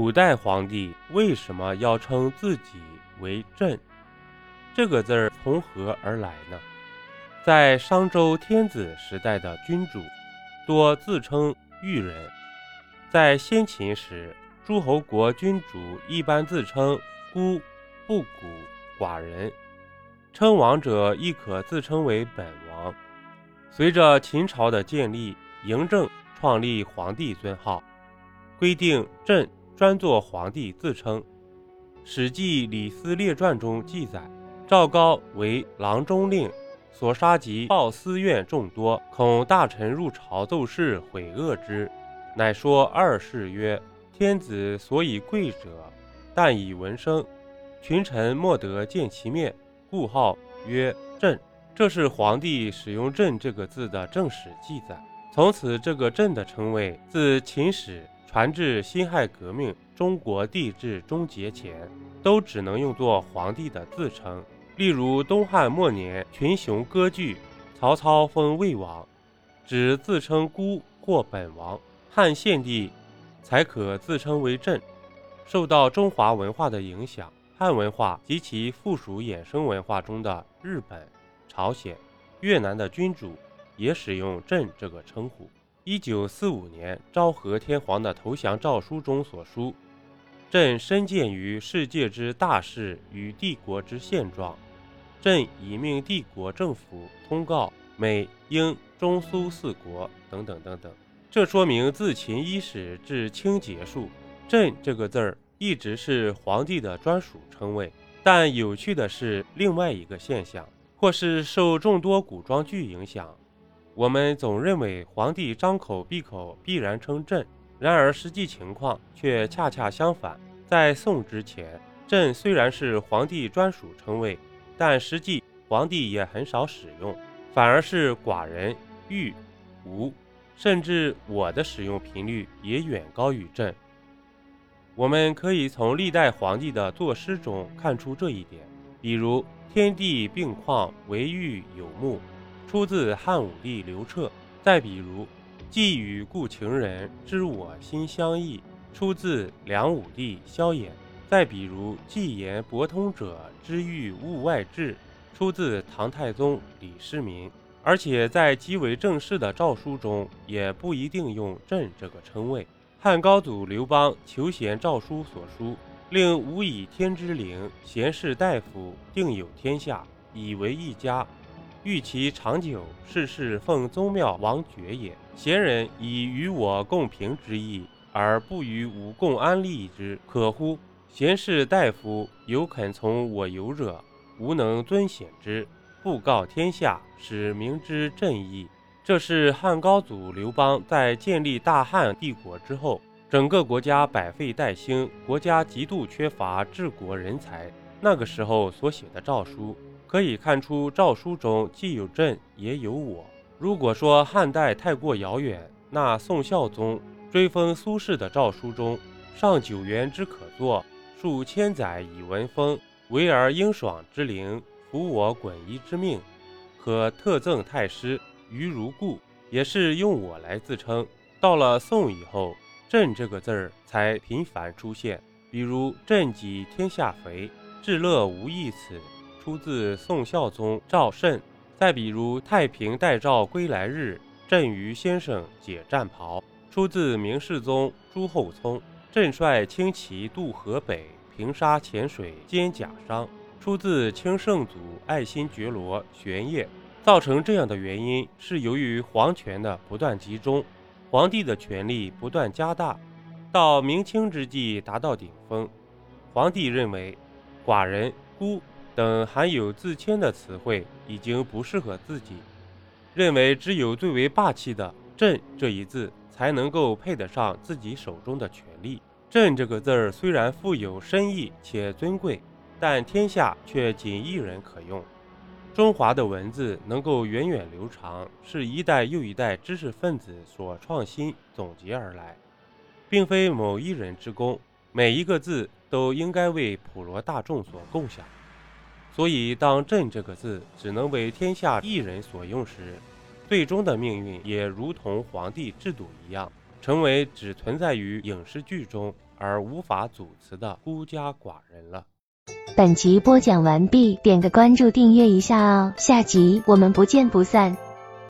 古代皇帝为什么要称自己为朕？这个字儿从何而来呢？在商周天子时代的君主多自称裕人，在先秦时，诸侯国君主一般自称孤、不古、寡人，称王者亦可自称为本王。随着秦朝的建立，嬴政创立皇帝尊号，规定朕专做皇帝自称。《史记·李斯列传》中记载，赵高为郎中令，所杀及鲍私怨众多，恐大臣入朝奏事毁恶之，乃说二世曰：天子所以贵者，但以闻声，群臣莫得见其面，故号曰朕。这是皇帝使用朕这个字的正史记载。从此这个朕的称谓自秦始传至辛亥革命中国帝制终结前，都只能用作皇帝的自称。例如东汉末年群雄割据，曹操封魏王，只自称孤或本王，汉献帝才可自称为朕。受到中华文化的影响，汉文化及其附属衍生文化中的日本、朝鲜、越南的君主也使用朕这个称呼。1945年昭和天皇的投降诏书中所书，朕身见于世界之大事与帝国之现状，朕已命帝国政府通告美、英、中、苏四国等等等等。这说明自秦伊始至清结束，朕这个字儿一直是皇帝的专属称谓。但有趣的是另外一个现象，或是受众多古装剧影响，我们总认为皇帝张口闭口必然称朕，然而实际情况却恰恰相反。在宋之前，朕虽然是皇帝专属称谓，但实际皇帝也很少使用，反而是寡人、裕、吾，甚至我的使用频率也远高于朕。我们可以从历代皇帝的作诗中看出这一点，比如天地并况惟玉有目，出自汉武帝刘彻；再比如寄语故情人，知我心相忆，出自梁武帝萧衍；再比如寄言博通者，知欲物外志，出自唐太宗李世民。而且在极为正式的诏书中也不一定用朕这个称谓。汉高祖刘邦求贤诏书所书，令吾以天之灵，贤士大夫，定有天下，以为一家，欲其长久，世世奉宗庙王爵也。贤人以与我共平之意，而不与吾共安利之，可乎？贤士大夫有肯从我游者，吾能遵显之，布告天下，使明知朕意。这是汉高祖刘邦在建立大汉帝国之后，整个国家百废待兴，国家极度缺乏治国人才，那个时候所写的诏书。可以看出诏书中既有朕也有我。如果说汉代太过遥远，那宋孝宗追封苏轼的诏书中，上九原之可作，数千载以文风，惟而英爽之灵，服我滚移之命，可特赠太师于如故，也是用我来自称。到了宋以后，朕这个字儿才频繁出现，比如朕己天下肥，至乐无异此，出自宋孝宗赵慎；再比如太平待诏归来日，朕与先生解战袍，出自明世宗朱厚熜；朕率轻骑渡河北，平沙潜水兼甲商，出自清圣祖爱新觉罗玄烨。造成这样的原因是由于皇权的不断集中，皇帝的权力不断加大，到明清之际达到顶峰。皇帝认为寡人、孤等含有自谦的词汇已经不适合自己，认为只有最为霸气的朕这一字才能够配得上自己手中的权力。朕这个字儿虽然富有深意且尊贵，但天下却仅一人可用。中华的文字能够源远流长，是一代又一代知识分子所创新总结而来，并非某一人之功，每一个字都应该为普罗大众所共享。所以当朕这个字只能为天下一人所用时，最终的命运也如同皇帝制度一样，成为只存在于影视剧中而无法组词的孤家寡人了。 本集播讲完毕，点个关注订阅一下哦，下集我们不见不散。